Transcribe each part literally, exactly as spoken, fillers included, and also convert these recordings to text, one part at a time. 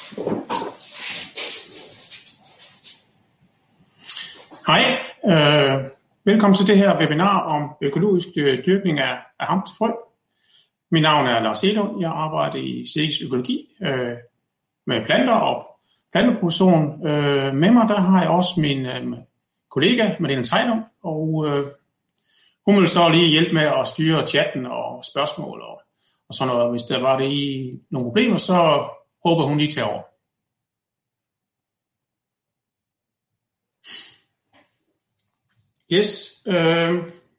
Hej, øh, velkommen til det her webinar om økologisk dyrkning af, af hamp til frø. Mit navn er Lars Elund. Jeg arbejder i C X Økologi øh, med planter og planteproduktion. Øh, med mig der har jeg også min øh, kollega Malene Tegnum, og øh, hun vil så lige hjælpe med at styre chatten og spørgsmål og, og sådan noget. Hvis der var det i nogle problemer, så håber hun lige til over. Yes, øh,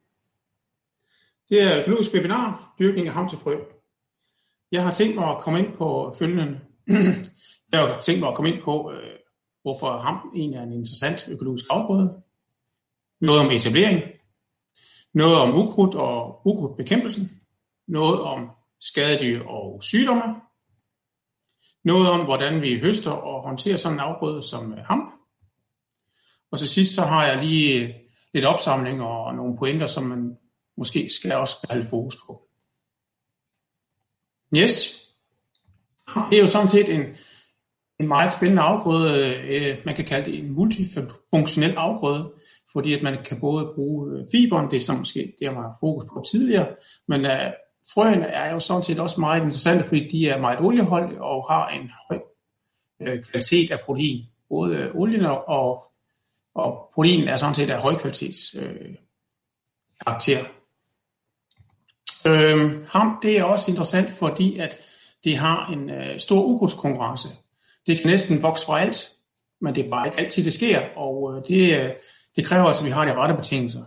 det er økologisk webinar, dyrkning af hamp til frø. Jeg har tænkt mig at komme ind på følgende. Jeg har tænkt mig at komme ind på, øh, hvorfor hamp egentlig er en interessant økologisk afgrøde. Noget om etablering. Noget om ukrudt og ukrudtbekæmpelsen. Noget om skadedyr og sygdomme. Noget om, hvordan vi høster og håndterer sådan en afgrøde som hamp. Og til sidst så har jeg lige lidt opsamling og nogle pointer, som man måske skal også have fokus på. Yes. Det er jo samtidig en, en meget spændende afgrøde. Man kan kalde det en multifunktionel afgrøde, fordi at man kan både bruge fiberen, det er som måske det, man har fokus på tidligere, men uh, frøene er jo sådan set også meget interessante, fordi de er meget olieholdige og har en høj uh, kvalitet af protein. Både uh, olien og Og protein er sådan set af højkvalitets øh, karakter. Øh, hamp det er også interessant, fordi at det har en øh, stor ukrudtskonkurrence. Det kan næsten vokse fra alt, men det er bare ikke altid det sker, og øh, det, øh, det kræver altså, at vi har de rette betingelser.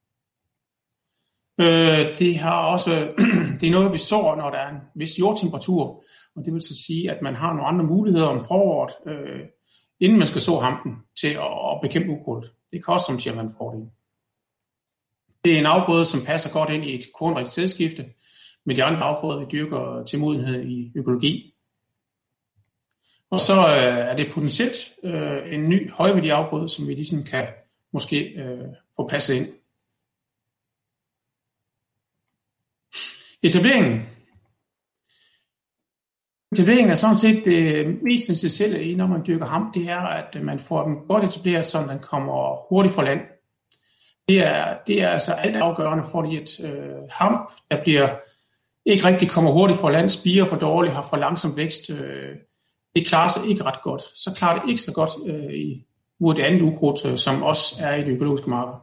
Øh, det har også det er noget, vi sår, når der er en vis jordtemperatur, og det vil så sige, at man har nogle andre muligheder om foråret, øh, inden man skal så hampen til at bekæmpe ukrudt. Det kan også som siger man fordel. Det er en afgrøde, som passer godt ind i et kornrigt sædskifte med de andre afgrøder, vi dyrker til modenhed i økologi. Og så øh, er det potentielt øh, en ny højværdig afgrøde, som vi ligesom kan måske øh, få passet ind. Etableringen. Etableringen er sådan set det mest essentielle i, når man dyrker hamp, det er, at man får den godt etableret, så man kommer hurtigt fra land. Det er, det er altså alt afgørende, fordi at øh, hamp, der bliver ikke rigtig kommer hurtigt fra land, spirer for dårligt, har for langsom vækst, øh, det klarer sig ikke ret godt. Så klarer det ikke så godt øh, i mod det andet ukrudt, øh, som også er i det økologiske marked.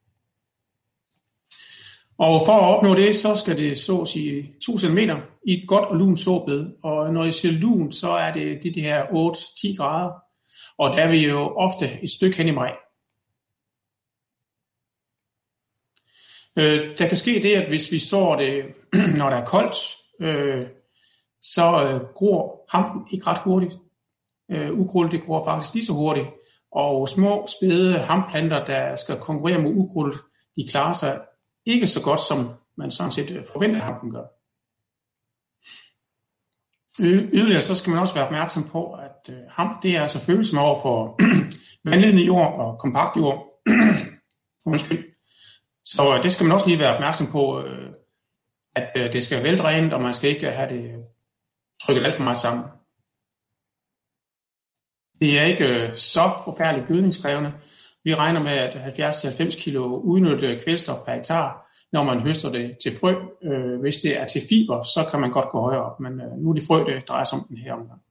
Og for at opnå det, så skal det sås i to centimeter i et godt og lunt såbed. Og når jeg siger lunt, så er det de, de her otte til ti grader. Og der er vi jo ofte et stykke hen i maj. Øh, der kan ske det, at hvis vi sår det, når der er koldt, øh, så øh, gror hampen ikke ret hurtigt. Øh, ukrudt det gror faktisk lige så hurtigt. Og små, spæde hampplanter, der skal konkurrere med ukrudt, de klarer sig ikke så godt, som man sådan set forventer, at hampen gør. Yderligere så skal man også være opmærksom på, at øh, hamp det er altså følsom over for vandledende jord og kompakt jord. Undskyld. Så øh, det skal man også lige være opmærksom på, øh, at øh, det skal være veldrænet, og man skal ikke have det trykket alt for meget sammen. Det er ikke øh, så forfærdeligt gødningskrævende. Vi regner med, at halvfjerds til halvfems kilo udnyttet kvælstof per hektar, når man høster det til frø. Øh, hvis det er til fiber, så kan man godt gå højere op, men øh, nu er det frø, det drejer sig om den her omgang.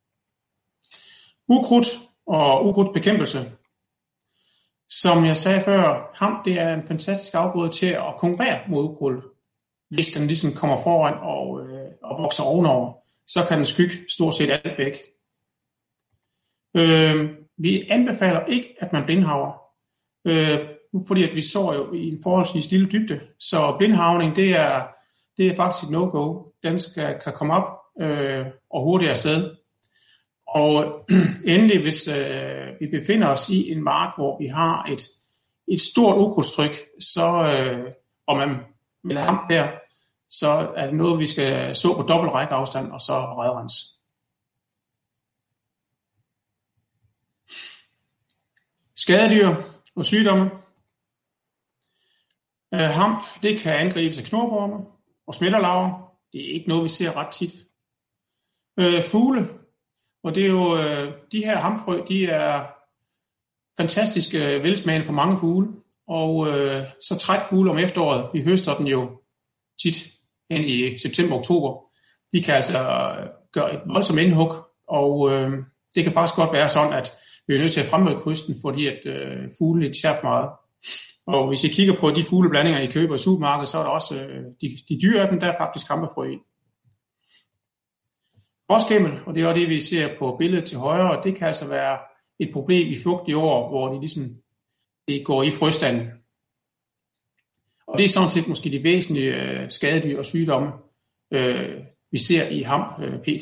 Ukrudt og ukrudtbekæmpelse. Som jeg sagde før, hamp det er en fantastisk afgrøde til at konkurrere mod ukrudt. Hvis den ligesom kommer foran og, øh, og vokser ovenover, så kan den skygge stort set alt væk. Øh, Vi anbefaler ikke, at man blindhaver, øh, fordi at vi sår jo i en forholdsvis lille dybde, så blindhavning det er, det er faktisk et no-go. Den skal, kan komme op øh, og hurtigt afsted. Og endelig, hvis øh, vi befinder os i en mark, hvor vi har et, et stort ukrudtstryk, så, øh, og man vil have hamp der, så er det noget, vi skal så på dobbelt rækkeafstand og så redrens. Skadedyr og sygdomme. Øh, hamp, det kan angribes af knurvorme og smitterlarver. Det er ikke noget, vi ser ret tit. Øh, fugle Og det er jo, øh, de her hamfrø, de er fantastisk øh, velsmagende for mange fugle. Og øh, så trækfugle om efteråret, vi høster den jo tit hen i september-oktober. De kan altså gøre et voldsomt indhug, og øh, det kan faktisk godt være sådan, at vi er nødt til at fremrykke høsten, fordi at øh, fuglene ikke tager for meget. Og hvis I kigger på de fugleblandinger, I køber i supermarkedet, så er der også øh, de, de dyre af dem, der er faktisk hammerfrø i. Gråskimmel, og det er også det, vi ser på billedet til højre, det kan altså være et problem i fugtige år, hvor de ligesom det går i frøstanden. Og det er sådan set måske de væsentlige øh, skadedyr og sygdomme, øh, vi ser i ham øh, pt.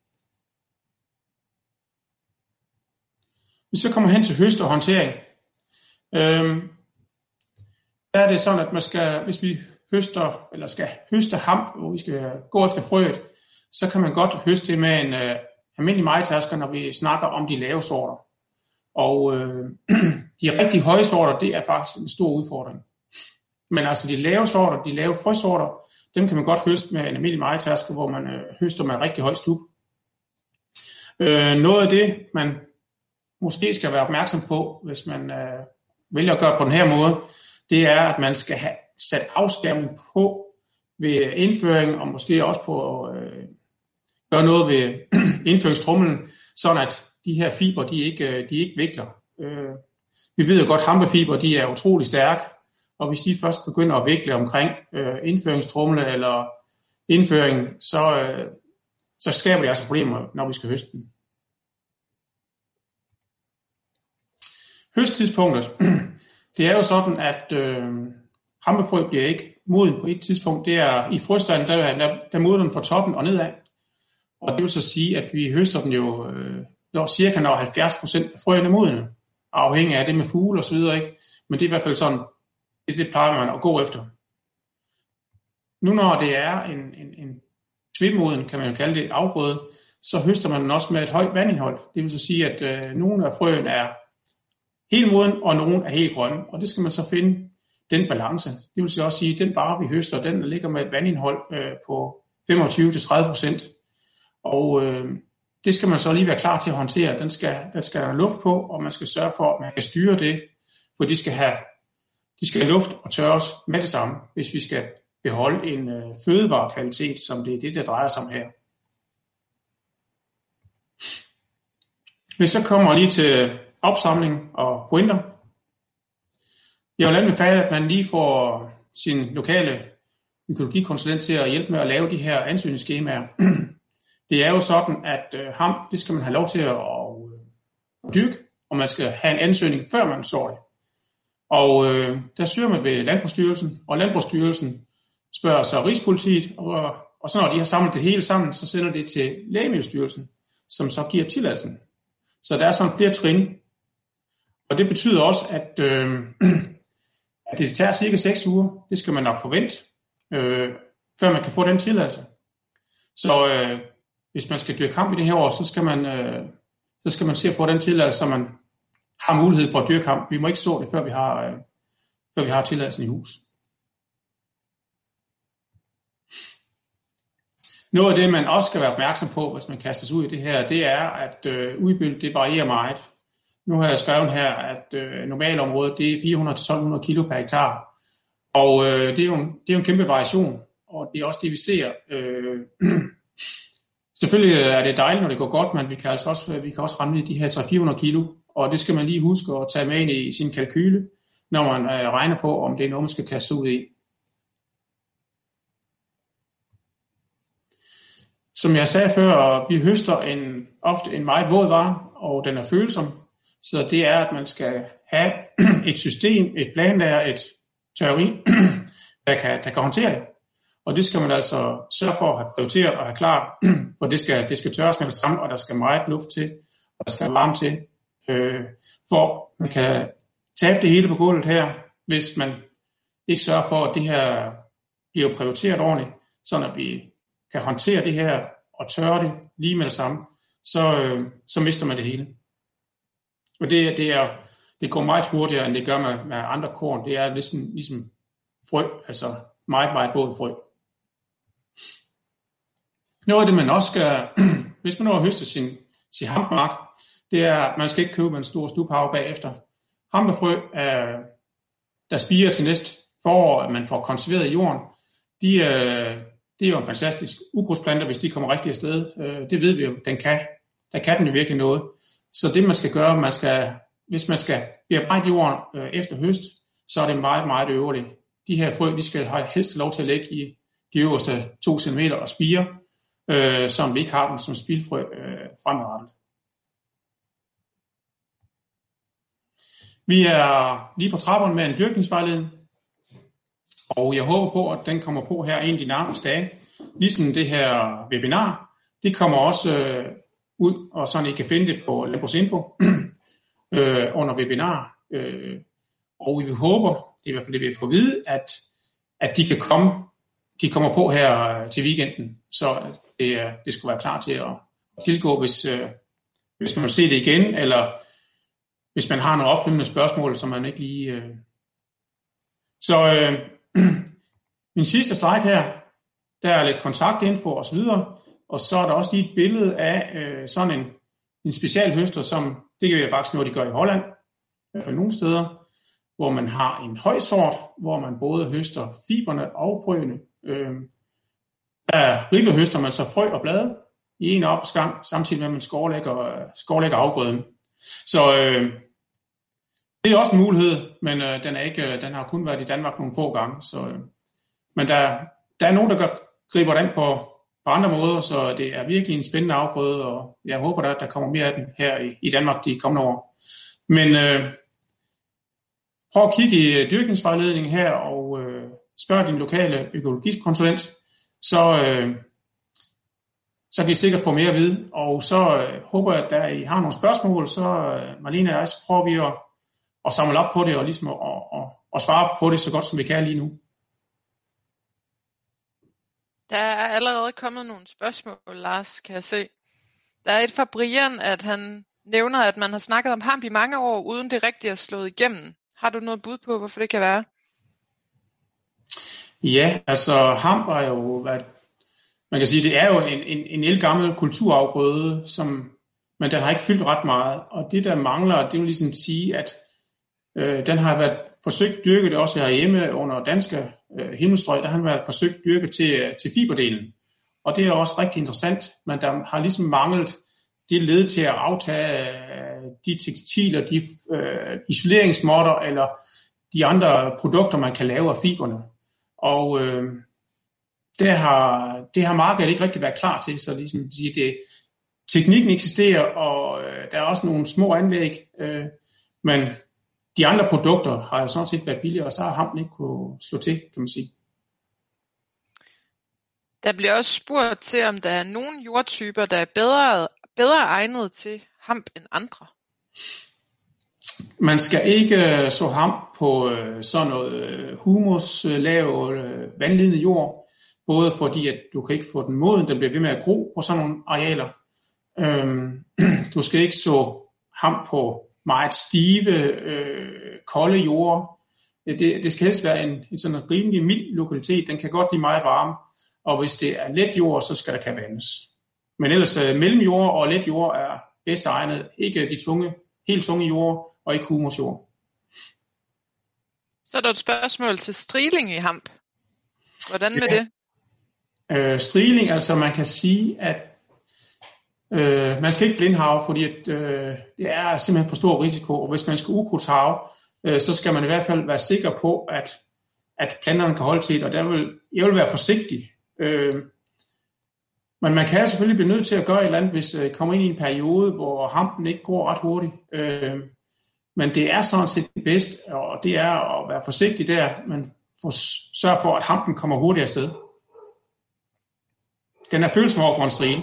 Hvis så kommer hen til høst og håndtering, øh, der er det sådan, at man skal, hvis vi høster, eller skal høste ham, hvor vi skal gå efter frøet, så kan man godt høste det med en øh, almindelig majtasker, når vi snakker om de lave sorter. Og øh, de rigtig høje sorter, det er faktisk en stor udfordring. Men altså de lave sorter, de lave frøsorter, dem kan man godt høste med en almindelig majtasker, hvor man øh, høster med en rigtig høj stub. Øh, noget af det, man måske skal være opmærksom på, hvis man øh, vælger at gøre det på den her måde, det er, at man skal have sat afskærmning på ved indføringen, og måske også på at øh, gøre noget ved indføringstrummelen, sådan at de her fiber, de ikke, de ikke vikler. Øh, vi ved jo godt, at hampefiber, de er utrolig stærke, og hvis de først begynder at vikle omkring øh, indføringstrummel eller indføringen, så, øh, så skaber det altså problemer, når vi skal høste den. Høsttidspunktet, det er jo sådan, at øh, hampefrø bliver ikke moden på et tidspunkt. Det er i frøstanden, der, der, der moder den fra toppen og nedad. Og det vil så sige, at vi høster den jo øh, når cirka når halvfjerds procent af frøene er modne, afhængig af det med fugle og så videre, ikke? Men det er i hvert fald sådan, det, det plejer man at gå efter. Nu når det er en, en, en tvimoden, kan man jo kalde det, afgrøde, så høster man den også med et højt vandindhold. Det vil så sige, at øh, nogle af frøene er helt moden, og nogle er helt grønne. Og det skal man så finde den balance. Det vil så også sige, at den vare, vi høster, den ligger med et vandindhold øh, på femogtyve til tredive procent. Og øh, det skal man så lige være klar til at håndtere. Den skal, den skal have luft på, og man skal sørge for, at man kan styre det, for de skal have, de skal have luft og tørres med det samme, hvis vi skal beholde en øh, fødevarekvalitet, som det er det, der drejer sig om her. Hvis så kommer lige til opsamling og pointer. Jeg vil anbefale, at man lige får sin lokale økologikonsulent til at hjælpe med at lave de her ansøgningsskemaer. Det er jo sådan, at øh, ham, det skal man have lov til at øh, dyrke, og man skal have en ansøgning, før man sår det. Og øh, der søger man ved Landbrugsstyrelsen, og Landbrugsstyrelsen spørger så Rigspolitiet, og, og så når de har samlet det hele sammen, så sender det til Lægemiddelstyrelsen, som så giver tilladelsen. Så der er sådan flere trin. Og det betyder også, at, øh, at det tager cirka seks uger. Det skal man nok forvente, øh, før man kan få den tilladelse. Så øh, hvis man skal dyrke kamp i det her år, så skal man, øh, så skal man se at få den tilladelse, så man har mulighed for at dyrke kamp. Vi må ikke så det, før vi har, øh, før vi har tilladelsen i hus. Noget af det, man også skal være opmærksom på, hvis man kaster sig ud i det her, det er, at øh, udbyttet det varierer meget. Nu har jeg skrevet her, at øh, normalområdet det er fire hundrede til tolv hundrede kilo per hektar. Og øh, det, er jo en, det er jo en kæmpe variation, og det er også det, vi ser. Øh, selvfølgelig er det dejligt, når det går godt, men vi kan altså også, vi kan også ramme de her tre til fire hundrede kilo, og det skal man lige huske at tage med ind i sin kalkyle, når man øh, regner på, om det er noget, man skal kaste ud i. Som jeg sagde før, vi høster en, ofte en meget våd vare, og den er følsom. Så det er, at man skal have et system, et planlager, et teori, der kan, der kan håndtere det. Og det skal man altså sørge for at have prioriteret og have klar, for det skal, det skal tørres med det samme, og der skal meget luft til, og der skal varme til, øh, for man kan tabe det hele på gulvet her, hvis man ikke sørger for, at det her bliver prioriteret ordentligt, sådan at vi kan håndtere det her og tørre det lige med det samme, så, øh, så mister man det hele. Og det, det, er, det går meget hurtigere, end det gør med, med andre korn. Det er ligesom, ligesom frø, altså meget, meget våd frø. Noget af det, man også skal, hvis man nu har høstet sin, til hampmark, det er, at man skal ikke købe en stor stubhave bagefter. Hampefrø, øh, der spiger til næste forår, at man får konserveret i jorden, de, øh, det er jo en fantastisk ukrudtsplanter, hvis de kommer rigtigt afsted. Øh, det ved vi jo, den kan, der kan den jo virkelig noget. Så det man skal gøre, man skal, hvis man skal bearbejde jorden øh, efter høst, så er det meget, meget øvrigt. De her frø, de skal have helst lov til at ligge i de øverste to centimeter og spire, øh, som vi ikke har dem som spildfrø øh, fremadrettet. Vi er lige på trapperne med en dyrkningsvejledning, og jeg håber på, at den kommer på her en af de nærmeste dage. Ligesom det her webinar, det kommer også øh, ud, og sådan I kan finde det på Landbrugsinfo øh, under webinar. Øh, og vi håber, det er i hvert fald det, vi får at vide, at, at de kan komme, de kommer på her til weekenden, så det, det skulle være klar til at tilgå, hvis, øh, hvis man vil se det igen, eller hvis man har nogle opfølgende spørgsmål, som man ikke lige... Øh... Så øh, min sidste slide her, der er lidt kontaktinfo og så videre, og så er der også lige et billede af øh, sådan en, en specialhøster, som det kan vi faktisk noget, de gør i Holland, i hvert fald nogle steder, hvor man har en høj sort, hvor man både høster fiberne og frøene. Øh, der ribbehøster man så frø og blade i en opsgang, samtidig med at man skovlægger, skovlægger afgrøden. Så øh, det er også en mulighed, men øh, den, er ikke, øh, den har kun været i Danmark nogle få gange. Så, øh, men der, der er nogen, der gør, griber den på, på andre måder, så det er virkelig en spændende afgrøde, og jeg håber, der, der kommer mere af den her i, i Danmark de kommende år. Men øh, prøv at kigge i dyrkningsvejledningen her, og øh, spørg din lokale økologikonsulent, så, øh, så kan I sikkert få mere at vide. Og så øh, håber jeg, at der I har nogle spørgsmål, så øh, Marlene og jeg, så prøver vi at, at samle op på det, og ligesom at, at, at, at svare på det så godt, som vi kan lige nu. Der er allerede kommet nogle spørgsmål, Lars, kan jeg se. Der er et fra Brian, at han nævner, at man har snakket om hamp i mange år, uden det rigtigt er slået igennem. Har du noget bud på, hvorfor det kan være? Ja, altså hamp er jo, hvad, man kan sige, det er jo en, en, en ældgammel kulturafgrøde, som, men den har ikke fyldt ret meget. Og det, der mangler, det vil ligesom sige, at øh, den har været forsøgt dyrket også herhjemme under danske øh, himmelstrøg, der har været forsøgt dyrket til, til fiberdelen. Og det er også rigtig interessant, men der har ligesom manglet det led til at aftage de tekstiler, de øh, isoleringsmåtter eller de andre produkter, man kan lave af fiberne. Og øh, det, har, det har markedet ikke rigtig været klar til, så ligesom sige, det, teknikken eksisterer, og øh, der er også nogle små anlæg, øh, men de andre produkter har jo sådan set været billigere, og så har hampen ikke kunne slå til, kan man sige. Der bliver også spurgt til, om der er nogle jordtyper, der er bedre, bedre egnet til hamp end andre. Man skal ikke så hamp på sådan noget humus, lav, vandledende jord, både fordi at du kan ikke få den moden, den bliver ved med at gro på sådan nogle arealer. Du skal ikke så hamp på meget stive, øh, kolde jorder. Det, det skal helst være en, en sådan rimelig mild lokalitet. Den kan godt blive meget varm, og hvis det er let jord, så skal der kan vandes. Men ellers uh, mellemjord og let jord er bedst egnet. Ikke de tunge, helt tunge jord og ikke humusjord. Så er der et spørgsmål til striling i hamp. Hvordan med ja. det? Øh, striling, altså man kan sige, at øh, man skal ikke blindhave, fordi at, øh, det er simpelthen for stor risiko. Og hvis man skal ukrudtshave, øh, så skal man i hvert fald være sikker på, at, at planterne kan holde til det. Og der vil, jeg vil være forsigtig. Øh, Men man kan selvfølgelig blive nødt til at gøre et eller andet, hvis det kommer ind i en periode, hvor hampen ikke går ret hurtigt. Øh, men det er sådan set det bedste, og det er at være forsigtig der, men for, sørge for, at hampen kommer hurtigt afsted. Den er følsom over for en stril.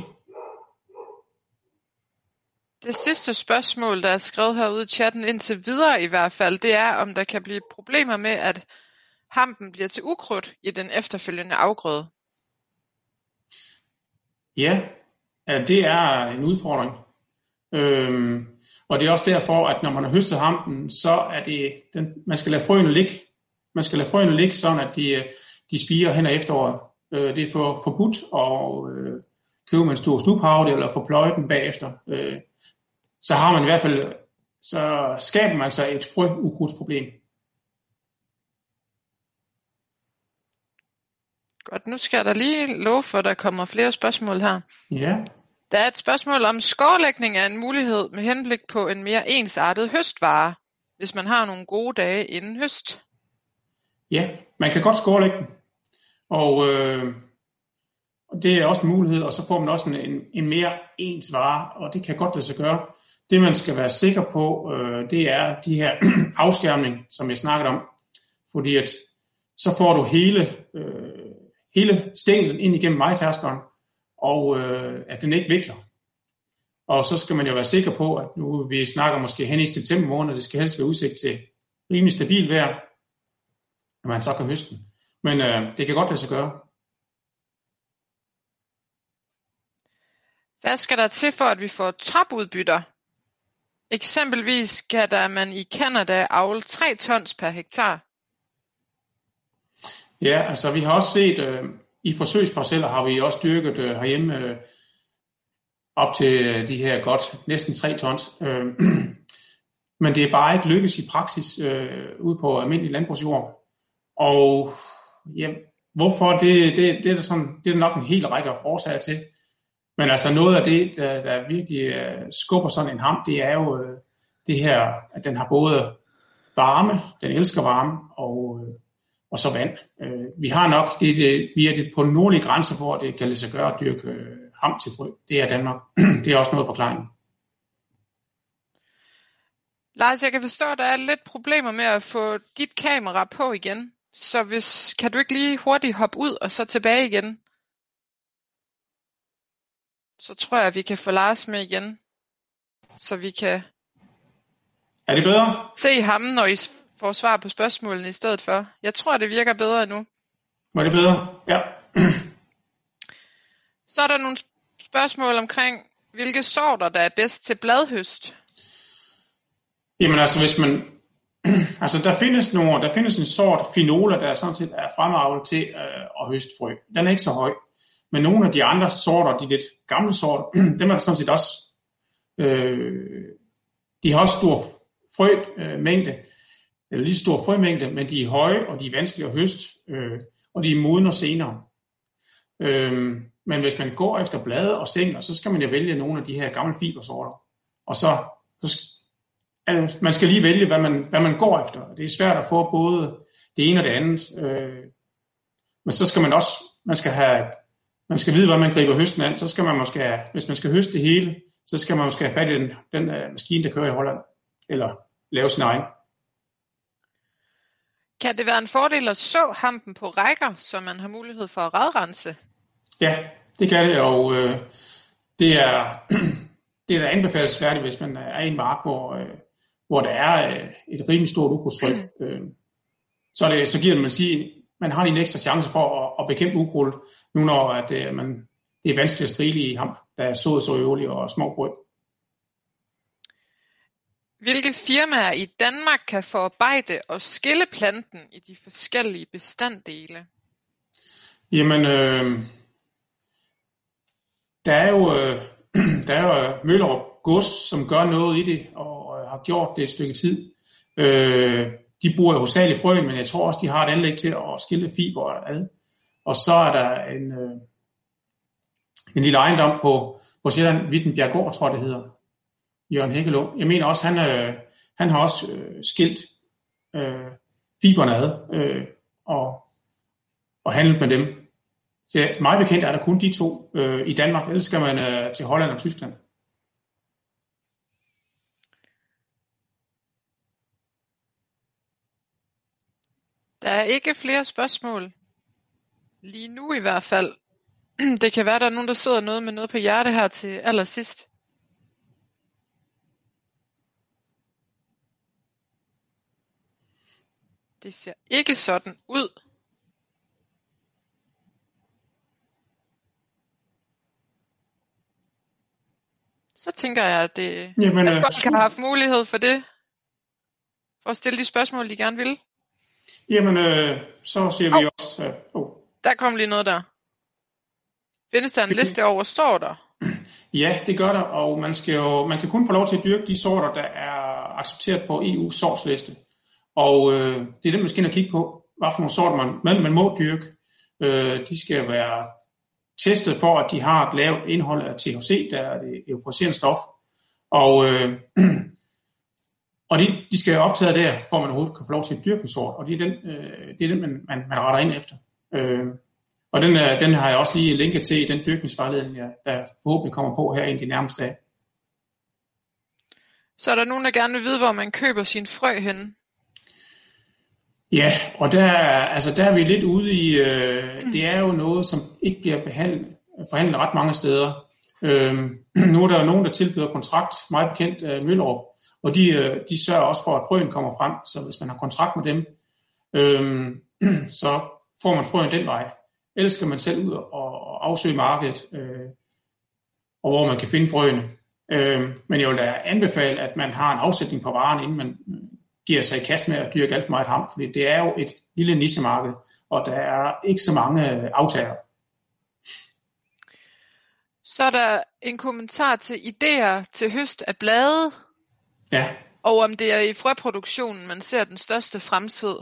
Det sidste spørgsmål, der er skrevet herude i chatten indtil videre i hvert fald, det er, om der kan blive problemer med, at hampen bliver til ukrudt i den efterfølgende afgrøde. Ja, det er en udfordring. Øhm, og det er også derfor, at når man har høstet hampen, så er det, den, man skal lade frøene ligge. Man skal lade frøene ligge, sådan at de, de spirer hen ad efteråret. Øh, det er for, forbudt at øh, købe en stor stubhavde, eller få pløjet den bagefter. Øh, så har man i hvert fald, så skaber man sig et frøukrudtsproblem. Godt, nu skal der lige love for, at der kommer flere spørgsmål her. Ja. Der er et spørgsmål om skårlægning er en mulighed med henblik på en mere ensartet høstvare, hvis man har nogle gode dage inden høst. Ja, man kan godt skårlægge den, og øh, det er også en mulighed, og så får man også en, en mere ens vare, og det kan godt lade sig gøre. Det man skal være sikker på, øh, det er de her afskærmning, som jeg snakkede om, fordi at så får du hele, øh, hele stænglen ind igennem majtærskeren, og øh, at den ikke vikler. Og så skal man jo være sikker på, at nu vi snakker måske hen i september måned, det skal helst være udsigt til rimelig stabil vejr, at man så kan høste den. Men øh, det kan godt lade sig gøre. Hvad skal der til for, at vi får topudbytter? Eksempelvis skal der man i Canada avle tre tons per hektar. Ja, altså vi har også set, øh, i forsøgsparceller har vi også dyrket øh, herhjemme øh, op til øh, de her godt næsten tre tons. Øh, men det er bare ikke lykkes i praksis øh, ude på almindelig landbrugsjord. Og ja, hvorfor, det, det, det, er der sådan, det er der nok en hel række årsager til. Men altså noget af det, der, der virkelig uh, skubber sådan en ham, det er jo uh, det her, at den har både varme, den elsker varme, og, uh, og så vand. Uh, vi har nok, det, det, vi er det på den nordlige grænse, hvor det kan lade sig gøre at dyrke uh, ham til frø. Det er Danmark. Det er også noget forklaring. Lars, jeg kan forstå, at der er lidt problemer med at få dit kamera på igen. Så hvis, kan du ikke lige hurtigt hoppe ud og så tilbage igen? Så tror jeg, at vi kan få Lars med igen. Så vi kan Er det bedre? se ham, når I får svar på spørgsmålene i stedet for. Jeg tror, det virker bedre nu. Var det bedre? Ja. Så er der nogle spørgsmål omkring, hvilke sorter, der er bedst til bladhøst. Jamen altså, hvis man... altså, der findes, nogle, der findes en sort finola, der sådan set er fremavlet til øh, at høste frø. Den er ikke så høj. Men nogle af de andre sorter, de lidt gamle sorter, dem er der sådan set også, øh, de har også stor frømængde, øh, eller lige stor frømængde, men de er høje, og de er vanskelige at høste, øh, og de er modne senere. Øh, men hvis man går efter blade og stængler, så skal man jo vælge nogle af de her gamle fibersorter. Og så, så altså, man skal lige vælge, hvad man, hvad man går efter. Det er svært at få både det ene og det andet. Øh, men så skal man også, man skal have Man skal vide, hvordan man griber høsten an. Så skal man måske have, hvis man skal høste det hele, så skal man måske have fat i den, den uh, maskine, der kører i Holland. Eller lave sin egen. Kan det være en fordel at så hampen på rækker, så man har mulighed for at radrense? Ja, det kan det. Og øh, det er det er da anbefalesværdigt, hvis man er i en mark, hvor, øh, hvor der er øh, et rimelig stort ukrudtstryk. øh, så, det, så giver det, man sige, man har en ekstra chance for at, at bekæmpe ukrudt, nu når at, uh, man, det er vanskeligt at strile i ham, der er sået så olie og små frø. Hvilke firmaer i Danmark kan forarbejde og skille planten i de forskellige bestanddele? Jamen, øh, der er jo, øh, der er jo Møllerup Gods, som gør noget i det, og øh, har gjort det et stykke tid. Øh, De bruger hovedsageligt frøen, men jeg tror også, de har et anlæg til at skille fiber ad. Og så er der en, øh, en lille ejendom på, på Sjælland, Wittenbjerggård, tror jeg det hedder, Jørgen Hækkelund. Jeg mener også, han, øh, han har også øh, skilt øh, fiberne ad øh, og, og handlet med dem. Så meget bekendt er der kun de to øh, i Danmark, ellers skal man øh, til Holland og Tyskland. Der er ikke flere spørgsmål. Lige nu i hvert fald. Det kan være, der er nogen, der sidder noget med noget på hjerte her til allersidst. Det ser ikke sådan ud. Så tænker jeg, at, det, Jamen, at øh, folk har haft mulighed for det. For at stille de spørgsmål, de gerne vil. Jamen, øh, så siger vi oh. også... Øh, oh. Der kom lige noget der. Findes der en liste over sorter? Ja, det gør der, og man, skal jo, man kan kun få lov til at dyrke de sorter, der er accepteret på E U's sortsliste. Og øh, det er den, man skal ind og kigge på, hvad for nogle sorter man, man, man må dyrke. Øh, de skal være testet for, at de har et lavt indhold af T H C, der er det euforiserende stof. Og, øh, og de, de skal være optaget der, for at man overhovedet kan få lov til at dyrke en sort. Og det er den, øh, det er den man, man, man retter ind efter. Øh, og den, øh, den har jeg også lige linket til i den dyrkningsvejledning, der forhåbentlig kommer på her i de nærmeste dage. Så er der nogen, der gerne vil vide, hvor man køber sin frø henne? Ja, og der, altså der er vi lidt ude i, øh, det er jo noget, som ikke bliver behandlet, forhandlet ret mange steder. Øh, nu er der jo nogen, der tilbyder kontrakt, meget bekendt øh, Møllerup, og de, øh, de sørger også for, at frøen kommer frem, så hvis man har kontrakt med dem, øh, så får man frøen den vej. Ellers skal man selv ud og, og afsøge markedet, øh, og hvor man kan finde frøene. Øh, men jeg vil da anbefale, at man har en afsætning på varen, inden man giver sig i kast med at dyrke alt for meget ham, fordi det er jo et lille nichemarked, og der er ikke så mange aftagere. Så er der en kommentar til idéer til høst af blade, ja. Og om det er i frøproduktionen, man ser den største fremtid.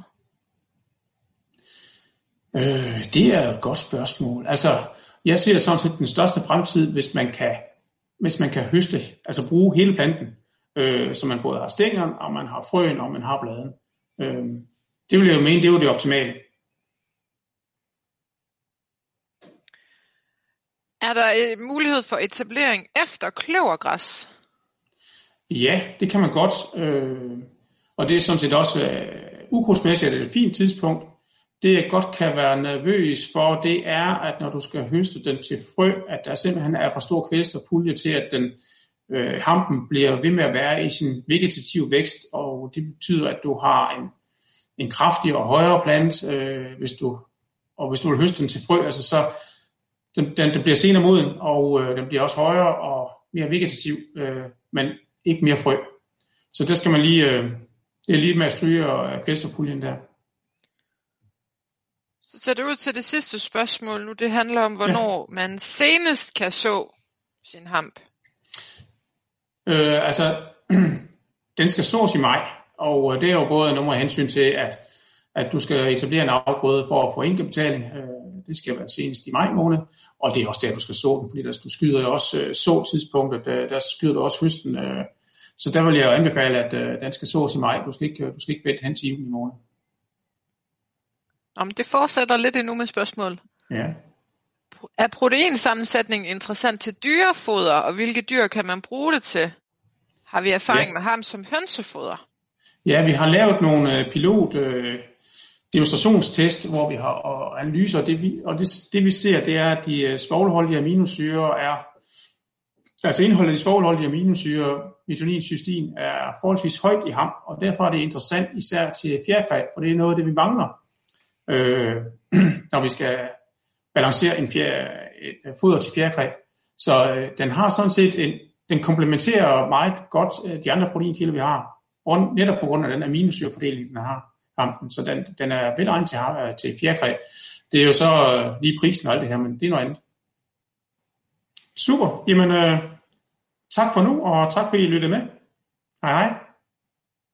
Øh, det er et godt spørgsmål. Altså, jeg ser sådan set den største fremtid, hvis man kan, hvis man kan høste, altså bruge hele planten. Øh, så man både har stængerne, og man har frøen, og man har bladen. Øh, det vil jeg jo mene, det er jo det optimale. Er der en mulighed for etablering efter kløvergræs? Ja, det kan man godt. Øh, og det er sådan set også øh, ukrudtsmæssigt et fint tidspunkt. Det jeg godt kan være nervøs for, det er, at når du skal høste den til frø, at der simpelthen er for stor kvælstofpulje til, at den Øh, hampen bliver ved med at være i sin vegetative vækst, og det betyder, at du har en, en kraftig og højere plante, øh, hvis du, og hvis du vil høste den til frø, altså så den, den, den bliver senere moden, og øh, den bliver også højere og mere vegetativ, øh, men ikke mere frø. Så der skal man lige, øh, det er lige med at stryge og kvælstofpuljen der. Så ser det ud til det sidste spørgsmål nu, det handler om, hvornår ja. man senest kan så sin hamp. Øh, altså, den skal sås i maj, og det er jo både nummer hensyn til, at, at du skal etablere en afgrøde for at få indbetaling. Øh, det skal være senest i maj måned, og det er også der, du skal så den, fordi der, du skyder jo også øh, så tidspunktet, der, der skyder du også høsten. Øh, så der vil jeg jo anbefale, at øh, den skal sås i maj. Du skal ikke, du skal ikke vente hen til juni måned. Jamen, det fortsætter lidt endnu med spørgsmål. Ja. Er proteinsammensætning interessant til dyrefoder, og hvilke dyr kan man bruge det til? Har vi erfaring ja. med ham som hønsefoder? Ja, vi har lavet nogle pilot øh, demonstrationstest, hvor vi har og analyser, og, det vi, og det, det vi ser, det er, at de svovlholdige aminosyrer er, altså indholdet af de svovlholdige aminosyrer, methionin, cystin, er forholdsvis højt i ham, og derfor er det interessant især til fjerkræ, for det er noget af det, vi mangler, øh, når vi skal balancere en fjer, et foder til fjerkræ. Så øh, den har sådan set en, den komplementerer meget godt øh, de andre proteinkilder, vi har, og netop på grund af den aminosyrefordeling, den har. Så den, den er velegnet til, til fjerkræ. Det er jo så øh, lige prisen og alt det her, men det er noget andet. Super. Jamen, øh, tak for nu, og tak fordi I lyttede med. Hej hej.